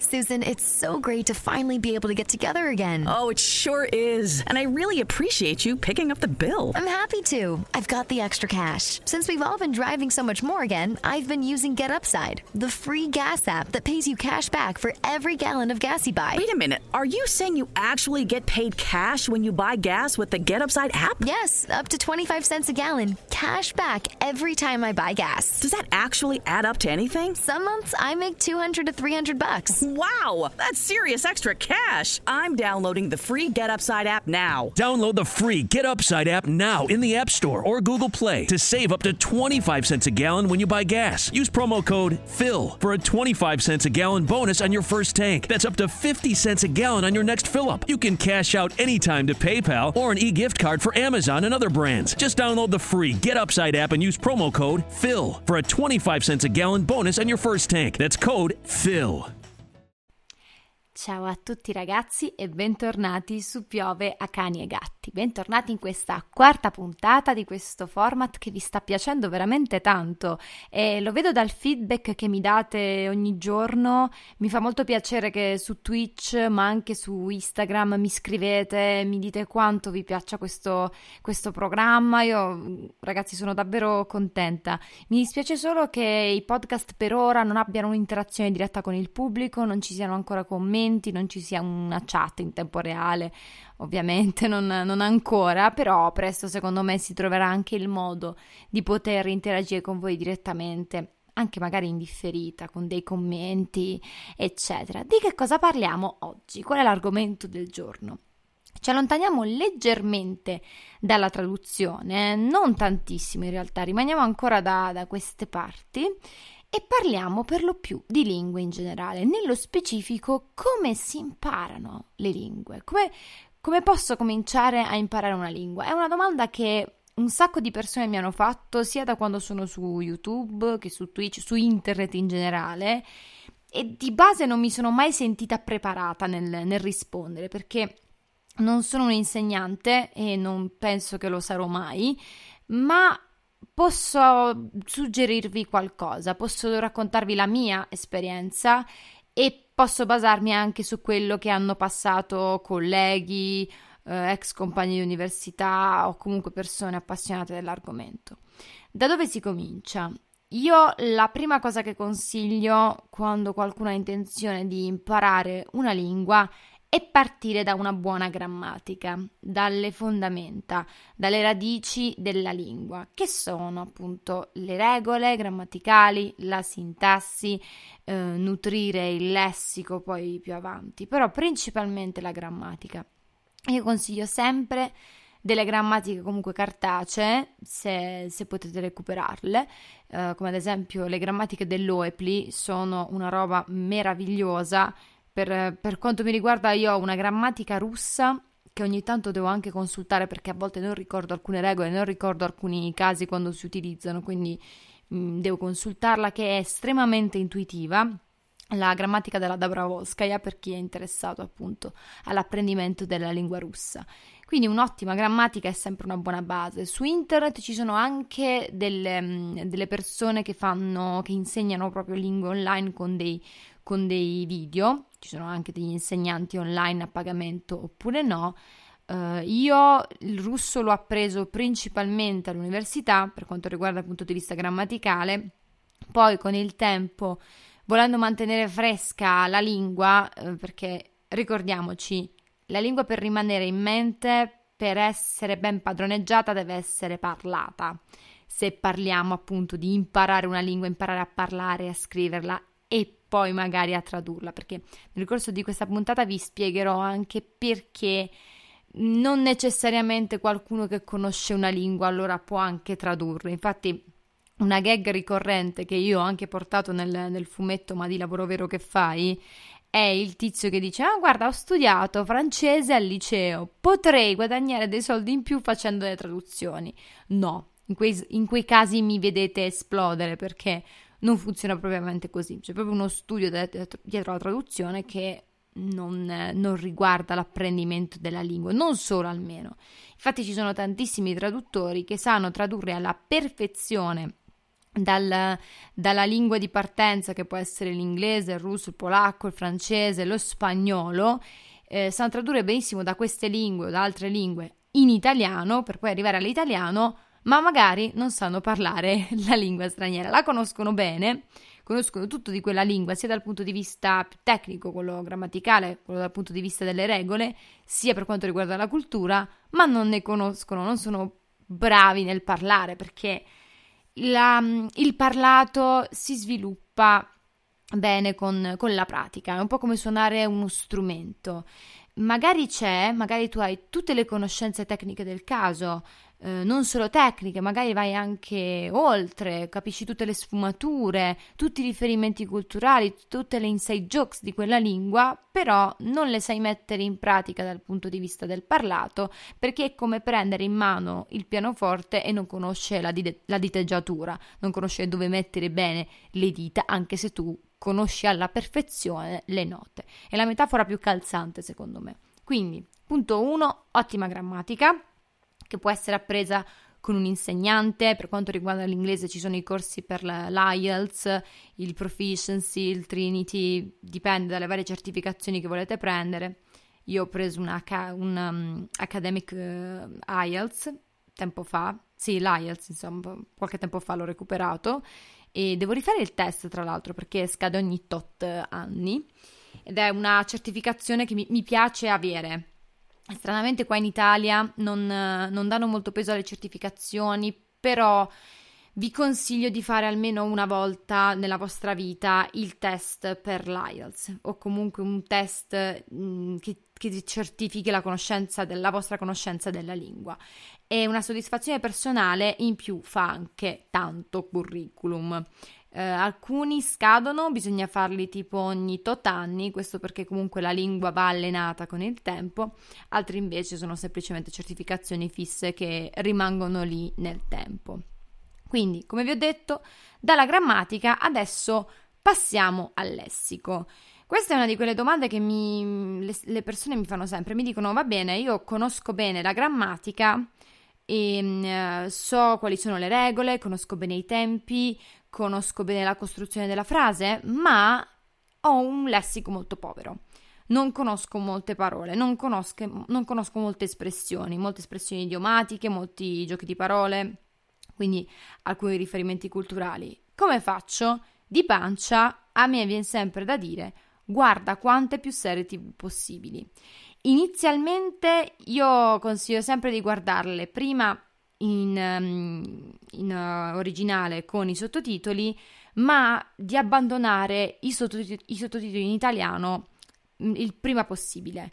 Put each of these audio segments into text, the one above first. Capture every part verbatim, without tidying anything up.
Susan, it's so great to finally be able to get together again. Oh, it sure is. And I really appreciate you picking up the bill. I'm happy to. I've got the extra cash. Since we've all been driving so much more again, I've been using GetUpside, the free gas app that pays you cash back for every gallon of gas you buy. Wait a minute. Are you saying you actually get paid cash when you buy gas with the GetUpside app? Yes, up to twenty-five cents a gallon. Cash back every time I buy gas. Does that actually add up to anything? Some months I make two hundred to three hundred bucks. Wow, that's serious extra cash. I'm downloading the free GetUpside app now. Download the free GetUpside app now in the App Store or Google Play to save up to twenty-five cents a gallon when you buy gas. Use promo code PHIL for a twenty-five cents a gallon bonus on your first tank. That's up to fifty cents a gallon on your next fill-up. You can cash out anytime to PayPal or an e-gift card for Amazon and other brands. Just download the free GetUpside app and use promo code PHIL for a twenty-five cents a gallon bonus on your first tank. That's code PHIL. Ciao a tutti ragazzi e bentornati su Piove a Cani e Gatti. Bentornati in questa quarta puntata di questo format che vi sta piacendo veramente tanto e lo vedo dal feedback che mi date ogni giorno. Mi fa molto piacere che su Twitch ma anche su Instagram mi scrivete, mi dite quanto vi piaccia questo, questo programma. Io ragazzi sono davvero contenta. Mi dispiace solo che i podcast per ora non abbiano un'interazione diretta con il pubblico, non ci siano ancora commenti, non ci sia una chat in tempo reale, ovviamente non, non ancora, però presto secondo me si troverà anche il modo di poter interagire con voi direttamente, anche magari in differita, con dei commenti, eccetera. Di che cosa parliamo oggi? Qual è l'argomento del giorno? Ci allontaniamo leggermente dalla traduzione, non tantissimo in realtà, rimaniamo ancora da, da queste parti e parliamo per lo più di lingue in generale, nello specifico come si imparano le lingue, come, come posso cominciare a imparare una lingua. È una domanda che un sacco di persone mi hanno fatto sia da quando sono su YouTube che su Twitch, su internet in generale, e di base non mi sono mai sentita preparata nel, nel rispondere perché non sono un insegnante e non penso che lo sarò mai, ma posso suggerirvi qualcosa, posso raccontarvi la mia esperienza e posso basarmi anche su quello che hanno passato colleghi, eh, ex compagni di università o comunque persone appassionate dell'argomento. Da dove si comincia? Io la prima cosa che consiglio quando qualcuno ha intenzione di imparare una lingua è partire da una buona grammatica, dalle fondamenta, dalle radici della lingua, che sono appunto le regole grammaticali, la sintassi, eh, nutrire il lessico poi più avanti, però principalmente la grammatica. Io consiglio sempre delle grammatiche comunque cartacee, se, se potete recuperarle, eh, come ad esempio le grammatiche dell'O E P L I sono una roba meravigliosa. Per, per quanto mi riguarda io ho una grammatica russa che ogni tanto devo anche consultare perché a volte non ricordo alcune regole, non ricordo alcuni casi quando si utilizzano, quindi mh, devo consultarla, che è estremamente intuitiva, la grammatica della Dabravolskaja per chi è interessato appunto all'apprendimento della lingua russa. Quindi un'ottima grammatica è sempre una buona base. Su internet ci sono anche delle, delle persone che fanno, che insegnano proprio lingue online con dei, con dei video. Ci sono anche degli insegnanti online a pagamento oppure no. Uh, io il russo l'ho appreso principalmente all'università per quanto riguarda dal punto di vista grammaticale, poi con il tempo, volendo mantenere fresca la lingua, uh, perché ricordiamoci, la lingua per rimanere in mente, per essere ben padroneggiata, deve essere parlata. Se parliamo appunto di imparare una lingua, imparare a parlare, a scriverla e poi magari a tradurla, perché nel corso di questa puntata vi spiegherò anche perché non necessariamente qualcuno che conosce una lingua allora può anche tradurla. Infatti una gag ricorrente che io ho anche portato nel, nel fumetto Ma di lavoro vero che fai è il tizio che dice: ah, guarda, ho studiato francese al liceo, potrei guadagnare dei soldi in più facendo le traduzioni. No, in quei, in quei casi mi vedete esplodere, perché non funziona propriamente così. C'è proprio uno studio dietro la traduzione che non, non riguarda l'apprendimento della lingua, non solo almeno. Infatti ci sono tantissimi traduttori che sanno tradurre alla perfezione dal, dalla lingua di partenza, che può essere l'inglese, il russo, il polacco, il francese, lo spagnolo, eh, sanno tradurre benissimo da queste lingue o da altre lingue in italiano per poi arrivare all'italiano, ma magari non sanno parlare la lingua straniera. La conoscono bene, conoscono tutto di quella lingua, sia dal punto di vista più tecnico, quello grammaticale, quello dal punto di vista delle regole, sia per quanto riguarda la cultura, ma non ne conoscono, non sono bravi nel parlare, perché la, il parlato si sviluppa bene con, con la pratica, è un po' come suonare uno strumento. Magari c'è, magari tu hai tutte le conoscenze tecniche del caso, eh, non solo tecniche, magari vai anche oltre, capisci tutte le sfumature, tutti i riferimenti culturali, tutte le inside jokes di quella lingua, però non le sai mettere in pratica dal punto di vista del parlato, perché è come prendere in mano il pianoforte e non conosce la, di- la diteggiatura, non conosce dove mettere bene le dita, anche se tu conosci alla perfezione le note. È la metafora più calzante, secondo me. Quindi, punto uno, ottima grammatica, che può essere appresa con un insegnante. Per quanto riguarda l'inglese ci sono i corsi per l'I E L T S, il Proficiency, il Trinity, dipende dalle varie certificazioni che volete prendere. Io ho preso un, H- un um, Academic uh, I E L T S tempo fa, sì, l'I E L T S, insomma, qualche tempo fa l'ho recuperato, e devo rifare il test, tra l'altro, perché scade ogni tot anni, ed è una certificazione che mi, mi piace avere. Stranamente qua in Italia non, non danno molto peso alle certificazioni, però vi consiglio di fare almeno una volta nella vostra vita il test per l'I E L T S, o comunque un test mh, che, che certifichi la conoscenza della vostra conoscenza della lingua. È una soddisfazione personale, in più fa anche tanto curriculum. Eh, alcuni scadono, bisogna farli tipo ogni tot anni, questo perché comunque la lingua va allenata con il tempo, altri invece sono semplicemente certificazioni fisse che rimangono lì nel tempo. Quindi, come vi ho detto, dalla grammatica adesso passiamo al lessico. Questa è una di quelle domande che mi, le, le persone mi fanno sempre, mi dicono: va bene, io conosco bene la grammatica e uh, so quali sono le regole, conosco bene i tempi, conosco bene la costruzione della frase, ma ho un lessico molto povero. Non conosco molte parole, non conosco, non conosco molte espressioni, molte espressioni idiomatiche, molti giochi di parole, quindi alcuni riferimenti culturali. Come faccio? Di pancia a me viene sempre da dire: guarda quante più serie tivù possibili. Inizialmente io consiglio sempre di guardarle prima in, um, in uh, originale con i sottotitoli, ma di abbandonare i sottotitoli, i sottotitoli in italiano il prima possibile.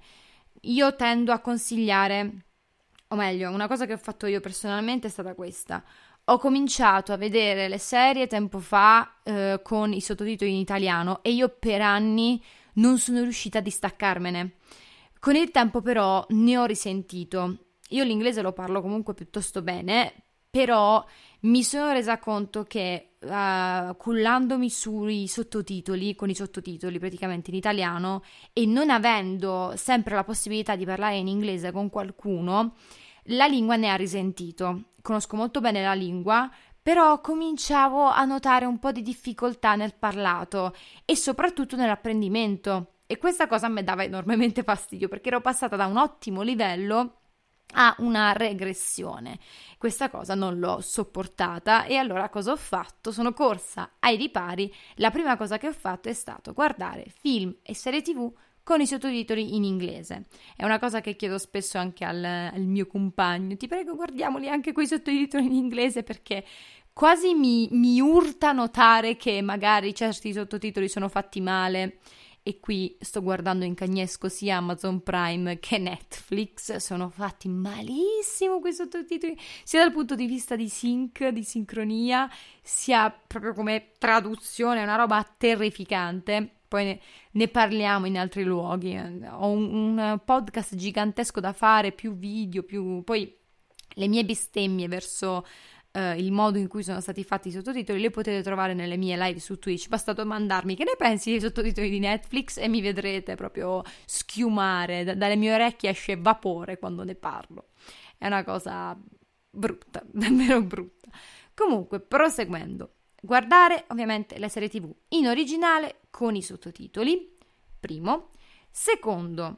Io tendo a consigliare, o meglio, una cosa che ho fatto io personalmente è stata questa: ho cominciato a vedere le serie tempo fa eh, con i sottotitoli in italiano e io per anni non sono riuscita a distaccarmene. Con il tempo però ne ho risentito. Io l'inglese lo parlo comunque piuttosto bene, però mi sono resa conto che uh, cullandomi sui sottotitoli, con i sottotitoli praticamente in italiano, e non avendo sempre la possibilità di parlare in inglese con qualcuno, la lingua ne ha risentito. Conosco molto bene la lingua, però cominciavo a notare un po' di difficoltà nel parlato e soprattutto nell'apprendimento. E questa cosa mi dava enormemente fastidio, perché ero passata da un ottimo livello a una regressione. Questa cosa non l'ho sopportata e allora cosa ho fatto? Sono corsa ai ripari. La prima cosa che ho fatto è stato guardare film e serie tivù con i sottotitoli in inglese. È una cosa che chiedo spesso anche al, al mio compagno: ti prego, guardiamoli anche con i sottotitoli in inglese, perché quasi mi, mi urta notare che magari certi sottotitoli sono fatti male. E qui sto guardando in cagnesco sia Amazon Prime che Netflix, sono fatti malissimo quei sottotitoli, sia dal punto di vista di sync, di sincronia, sia proprio come traduzione, è una roba terrificante. Poi ne, ne parliamo in altri luoghi, ho un, un podcast gigantesco da fare, più video, più... poi le mie bestemmie verso... Uh, il modo in cui sono stati fatti i sottotitoli le potete trovare nelle mie live su Twitch. Basta domandarmi che ne pensi dei sottotitoli di Netflix e mi vedrete proprio schiumare, da- dalle mie orecchie esce vapore quando ne parlo. È una cosa brutta, davvero brutta. Comunque, proseguendo, guardare ovviamente le serie tv in originale con i sottotitoli, primo. Secondo,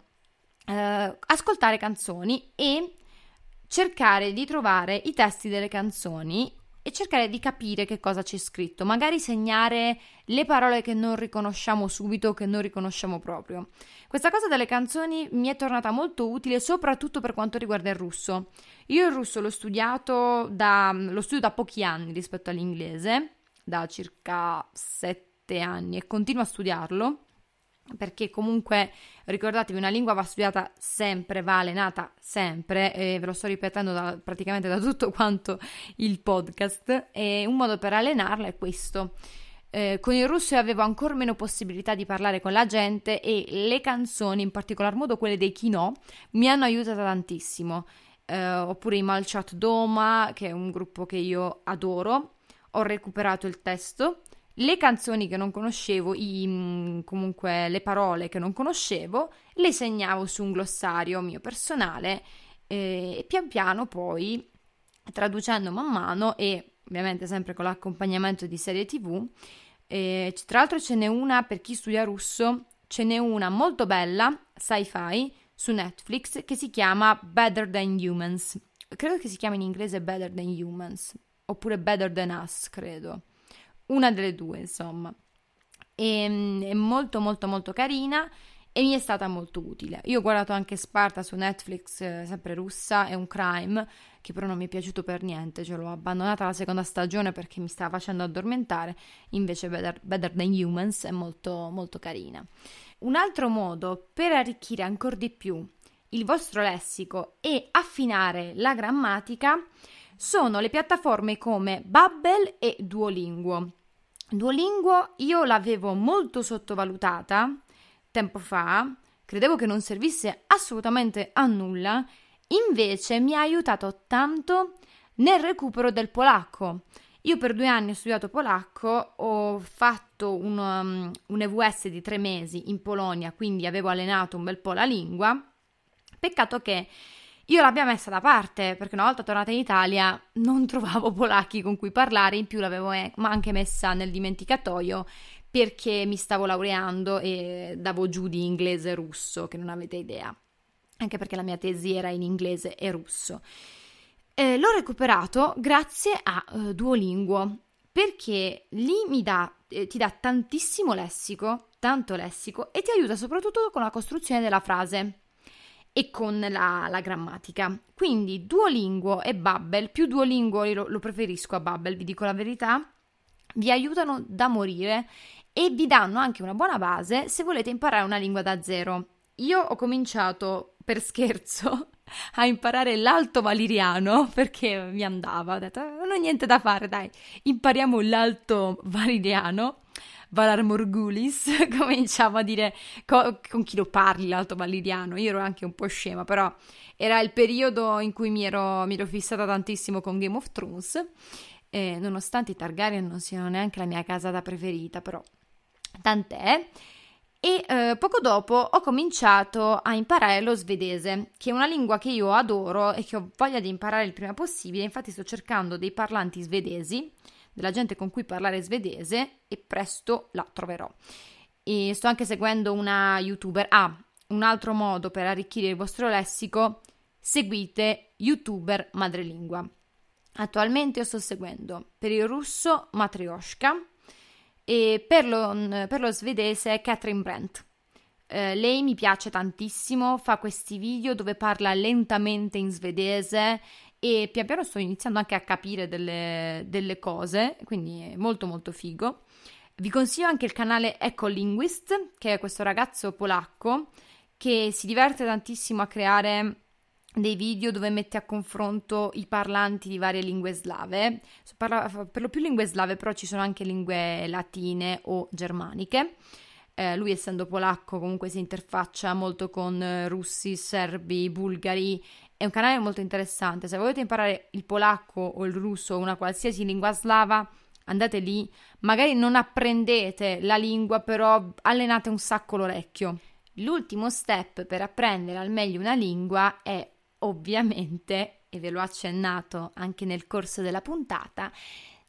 eh, ascoltare canzoni e cercare di trovare i testi delle canzoni e cercare di capire che cosa c'è scritto, magari segnare le parole che non riconosciamo subito, che non riconosciamo proprio. Questa cosa delle canzoni mi è tornata molto utile, soprattutto per quanto riguarda il russo. Io il russo l'ho studiato da, lo studio da pochi anni rispetto all'inglese, da circa sette anni, e continuo a studiarlo, perché comunque ricordatevi, una lingua va studiata sempre, va allenata sempre, e ve lo sto ripetendo da, praticamente da tutto quanto il podcast, e un modo per allenarla è questo. Eh, con il russo avevo ancora meno possibilità di parlare con la gente, e le canzoni, in particolar modo quelle dei Kino, mi hanno aiutata tantissimo. Eh, oppure i Malchat Doma, che è un gruppo che io adoro, ho recuperato il testo. Le canzoni che non conoscevo, i, comunque le parole che non conoscevo, le segnavo su un glossario mio personale, eh, e pian piano poi, traducendo man mano e ovviamente sempre con l'accompagnamento di serie tv, eh, tra l'altro ce n'è una, per chi studia russo, ce n'è una molto bella, sci-fi, su Netflix, che si chiama Better Than Humans. Credo che si chiami in inglese Better Than Humans, oppure Better Than Us, credo. Una delle due, insomma. E, è molto molto molto carina e mi è stata molto utile. Io ho guardato anche Sparta su Netflix, eh, sempre russa, è un crime che però non mi è piaciuto per niente, cioè l'ho abbandonata la seconda stagione perché mi stava facendo addormentare. Invece Better, Better Than Humans è molto molto carina. Un altro modo per arricchire ancora di più il vostro lessico e affinare la grammatica sono le piattaforme come Babbel e Duolingo. Duolingo io l'avevo molto sottovalutata tempo fa, credevo che non servisse assolutamente a nulla, invece mi ha aiutato tanto nel recupero del polacco. Io per due anni ho studiato polacco, ho fatto un, um, un E V S di tre mesi in Polonia, quindi avevo allenato un bel po' la lingua. Peccato che io l'abbia messa da parte, perché una volta tornata in Italia non trovavo polacchi con cui parlare, in più l'avevo anche messa nel dimenticatoio perché mi stavo laureando e davo giù di inglese e russo, che non avete idea, anche perché la mia tesi era in inglese e russo. Eh, l'ho recuperato grazie a uh, Duolingo, perché lì mi dà, eh, ti dà tantissimo lessico, tanto lessico, e ti aiuta soprattutto con la costruzione della frase e con la, la grammatica. Quindi Duolingo e Babbel, più Duolingo io lo, lo preferisco a Babbel, vi dico la verità, vi aiutano da morire e vi danno anche una buona base se volete imparare una lingua da zero. Io ho cominciato per scherzo a imparare l'alto valiriano perché mi andava, ho detto non ho niente da fare, dai, impariamo l'alto valiriano. Valar Morgulis, cominciamo a dire co- con chi lo parli l'alto valiriano. Io ero anche un po' scema, però era il periodo in cui mi ero, mi ero fissata tantissimo con Game of Thrones, eh, nonostante i Targaryen non siano neanche la mia casata preferita, però tant'è. E eh, poco dopo ho cominciato a imparare lo svedese, che è una lingua che io adoro e che ho voglia di imparare il prima possibile. Infatti sto cercando dei parlanti svedesi, della gente con cui parlare svedese, e presto la troverò. E sto anche seguendo una youtuber. Ah, un altro modo per arricchire il vostro lessico: seguite youtuber madrelingua. Attualmente io sto seguendo per il russo Matryoshka e per lo, per lo svedese Catherine Brandt. Eh, lei mi piace tantissimo, fa questi video dove parla lentamente in svedese e pian piano sto iniziando anche a capire delle, delle cose, quindi è molto molto figo. Vi consiglio anche il canale Ecolinguist, che è questo ragazzo polacco che si diverte tantissimo a creare dei video dove mette a confronto i parlanti di varie lingue slave. Parla per lo più lingue slave, però ci sono anche lingue latine o germaniche. Eh, lui, essendo polacco, comunque si interfaccia molto con eh, russi, serbi, bulgari. È un canale molto interessante. Se volete imparare il polacco o il russo o una qualsiasi lingua slava, andate lì. Magari non apprendete la lingua, però allenate un sacco l'orecchio. L'ultimo step per apprendere al meglio una lingua è, ovviamente, e ve l'ho accennato anche nel corso della puntata,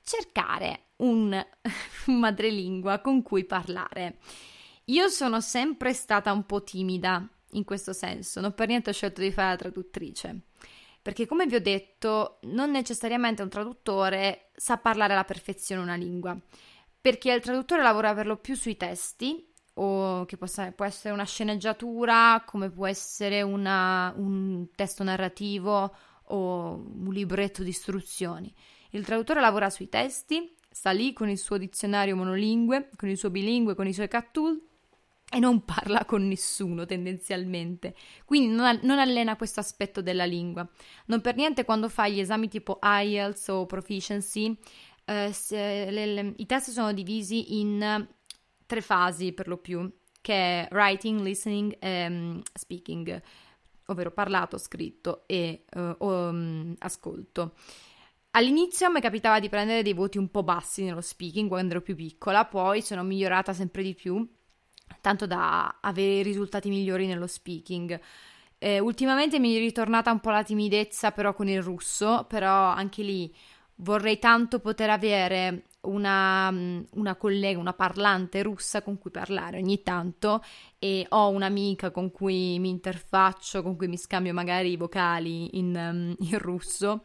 cercare un madrelingua con cui parlare. Io sono sempre stata un po' timida in questo senso, non per niente ho scelto di fare la traduttrice, perché come vi ho detto non necessariamente un traduttore sa parlare alla perfezione una lingua, perché il traduttore lavora per lo più sui testi, o che possa, può essere una sceneggiatura, come può essere una, un testo narrativo o un libretto di istruzioni. Il traduttore lavora sui testi, sta lì con il suo dizionario monolingue, con il suo bilingue, con i suoi cat tool, e non parla con nessuno tendenzialmente, quindi non, non allena questo aspetto della lingua. Non per niente quando fai gli esami tipo I E L T S o Proficiency, eh, se, le, le, i test sono divisi in tre fasi per lo più, che è writing, listening e um, speaking, ovvero parlato, scritto e uh, um, ascolto. All'inizio mi capitava di prendere dei voti un po' bassi nello speaking quando ero più piccola, poi sono migliorata sempre di più, tanto da avere risultati migliori nello speaking. Eh, ultimamente mi è ritornata un po' la timidezza però con il russo, però anche lì vorrei tanto poter avere una, una collega, una parlante russa con cui parlare ogni tanto, e ho un'amica con cui mi interfaccio, con cui mi scambio magari i vocali in, in russo,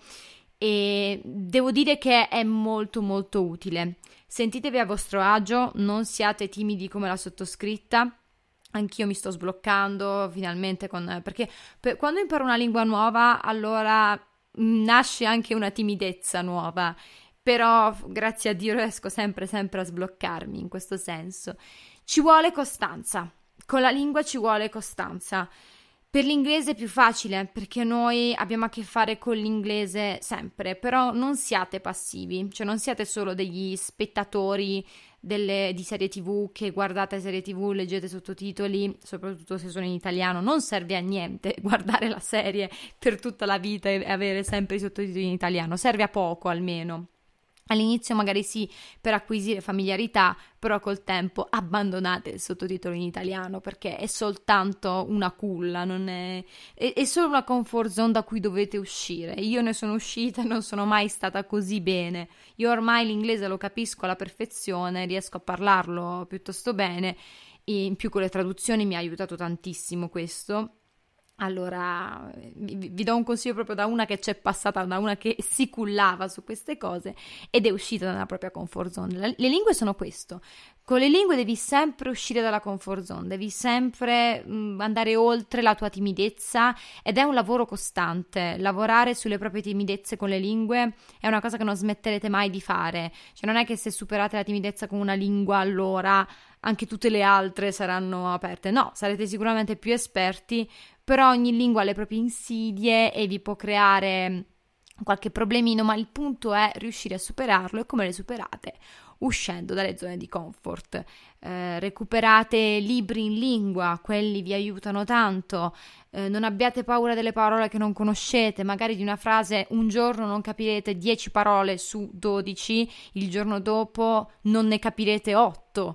e devo dire che è molto molto utile. Sentitevi a vostro agio, non siate timidi come la sottoscritta. Anch'io mi sto sbloccando finalmente con, perché per, quando imparo una lingua nuova allora nasce anche una timidezza nuova, però grazie a Dio riesco sempre sempre a sbloccarmi in questo senso. Ci vuole costanza, con la lingua ci vuole costanza. Per l'inglese è più facile perché noi abbiamo a che fare con l'inglese sempre, però non siate passivi, cioè non siate solo degli spettatori delle, di serie tv che guardate serie tv, leggete sottotitoli, soprattutto se sono in italiano. Non serve a niente guardare la serie per tutta la vita e avere sempre i sottotitoli in italiano, serve a poco almeno. All'inizio magari sì, per acquisire familiarità, però col tempo abbandonate il sottotitolo in italiano perché è soltanto una culla, non è, è, è solo una comfort zone da cui dovete uscire. Io ne sono uscita e non sono mai stata così bene. Io ormai l'inglese lo capisco alla perfezione, riesco a parlarlo piuttosto bene, e in più con le traduzioni mi ha aiutato tantissimo questo. Allora, vi, vi do un consiglio proprio da una che c'è passata, da una che si cullava su queste cose ed è uscita dalla propria comfort zone. Le, le lingue sono questo. Con le lingue devi sempre uscire dalla comfort zone, devi sempre mh, andare oltre la tua timidezza, ed è un lavoro costante. Lavorare sulle proprie timidezze con le lingue è una cosa che non smetterete mai di fare. Cioè non è che se superate la timidezza con una lingua allora anche tutte le altre saranno aperte. No, sarete sicuramente più esperti, però ogni lingua ha le proprie insidie e vi può creare qualche problemino, ma il punto è riuscire a superarlo. E come le superate? Uscendo dalle zone di comfort. Eh, recuperate libri in lingua, quelli vi aiutano tanto. Eh, non abbiate paura delle parole che non conoscete. Magari di una frase un giorno non capirete dieci parole su dodici, il giorno dopo non ne capirete otto.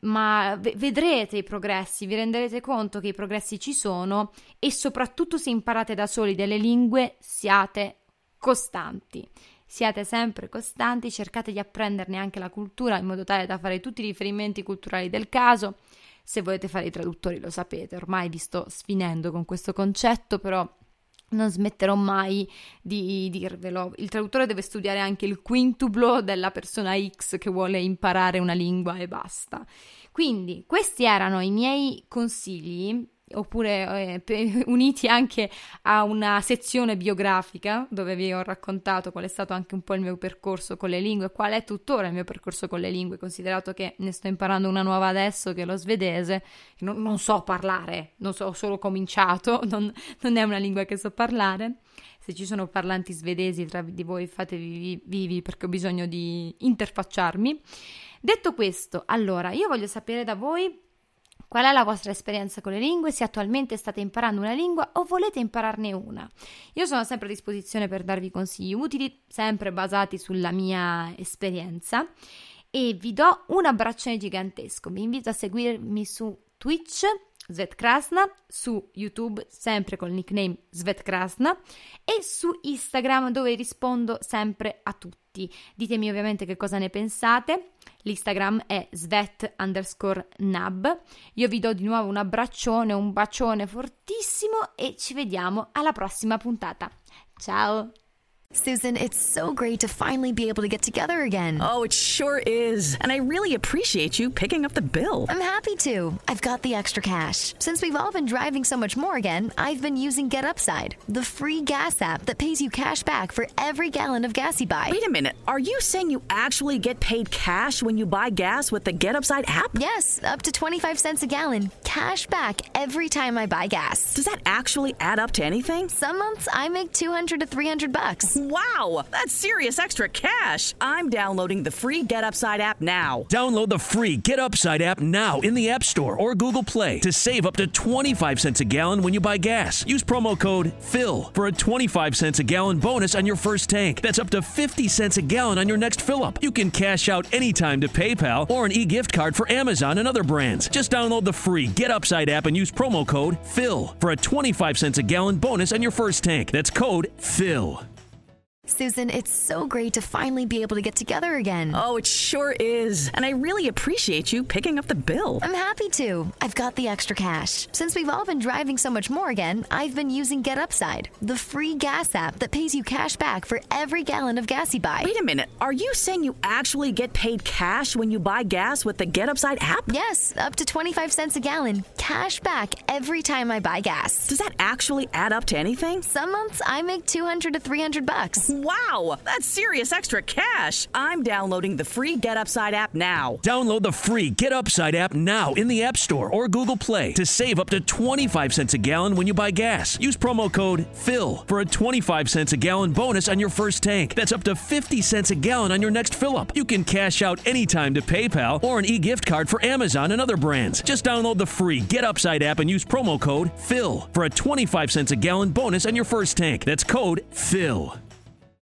Ma vedrete i progressi, vi renderete conto che i progressi ci sono, e soprattutto se imparate da soli delle lingue siate costanti, siate sempre costanti, cercate di apprenderne anche la cultura in modo tale da fare tutti i riferimenti culturali del caso. Se volete fare i traduttori lo sapete, ormai vi sto sfinendo con questo concetto, però non smetterò mai di dirvelo. Il traduttore deve studiare anche il quintuplo della persona X che vuole imparare una lingua e basta. Quindi questi erano i miei consigli, oppure eh, uniti anche a una sezione biografica dove vi ho raccontato qual è stato anche un po' il mio percorso con le lingue, qual è tuttora il mio percorso con le lingue, considerato che ne sto imparando una nuova adesso che è lo svedese. Non, non so parlare, non so, ho solo cominciato, non, non è una lingua che so parlare. Se ci sono parlanti svedesi tra di voi, fatevi vivi perché ho bisogno di interfacciarmi. Detto questo, allora io voglio sapere da voi qual è la vostra esperienza con le lingue, se attualmente state imparando una lingua o volete impararne una. Io sono sempre a disposizione per darvi consigli utili, sempre basati sulla mia esperienza, e vi do un abbraccione gigantesco. Vi invito a seguirmi su Twitch, Svetkrasna, su YouTube sempre col nickname Svetkrasna, e su Instagram dove rispondo sempre a tutti. Gatti. Ditemi ovviamente che cosa ne pensate. L'Instagram è svet underscore nab. Io vi do di nuovo un abbraccione, un bacione fortissimo e ci vediamo alla prossima puntata. Ciao! Susan, it's so great to finally be able to get together again. Oh, it sure is. And I really appreciate you picking up the bill. I'm happy to. I've got the extra cash. Since we've all been driving so much more again, I've been using Get Upside, the free gas app that pays you cash back for every gallon of gas you buy. Wait a minute. Are you saying you actually get paid cash when you buy gas with the Get Upside app? Yes, up to twenty-five cents a gallon. Cash back every time I buy gas. Does that actually add up to anything? Some months I make two hundred to three hundred bucks. Wow, that's serious extra cash. I'm downloading the free Get Upside app now. Download the free Get Upside app now in the App Store or Google Play to save up to twenty-five cents a gallon when you buy gas. Use promo code PHIL for a twenty-five cents a gallon bonus on your first tank. That's up to fifty cents a gallon on your next fill-up. You can cash out anytime to PayPal or an e-gift card for Amazon and other brands. Just download the free Get Upside app and use promo code PHIL for a twenty-five cents a gallon bonus on your first tank. That's code PHIL. Susan, it's so great to finally be able to get together again. Oh, it sure is. And I really appreciate you picking up the bill. I'm happy to. I've got the extra cash. Since we've all been driving so much more again, I've been using Get Upside, the free gas app that pays you cash back for every gallon of gas you buy. Wait a minute. Are you saying you actually get paid cash when you buy gas with the Get Upside app? Yes, up to twenty-five cents a gallon. Cash back every time I buy gas. Does that actually add up to anything? Some months I make two hundred to three hundred bucks. Wow, that's serious extra cash. I'm downloading the free Get Upside app now. Download the free Get Upside app now in the App Store or Google Play to save up to twenty-five cents a gallon when you buy gas. Use promo code PHIL for a twenty-five cents a gallon bonus on your first tank. That's up to fifty cents a gallon on your next fill-up. You can cash out anytime to PayPal or an e-gift card for Amazon and other brands. Just download the free Get Upside app and use promo code PHIL for a twenty-five cents a gallon bonus on your first tank. That's code PHIL.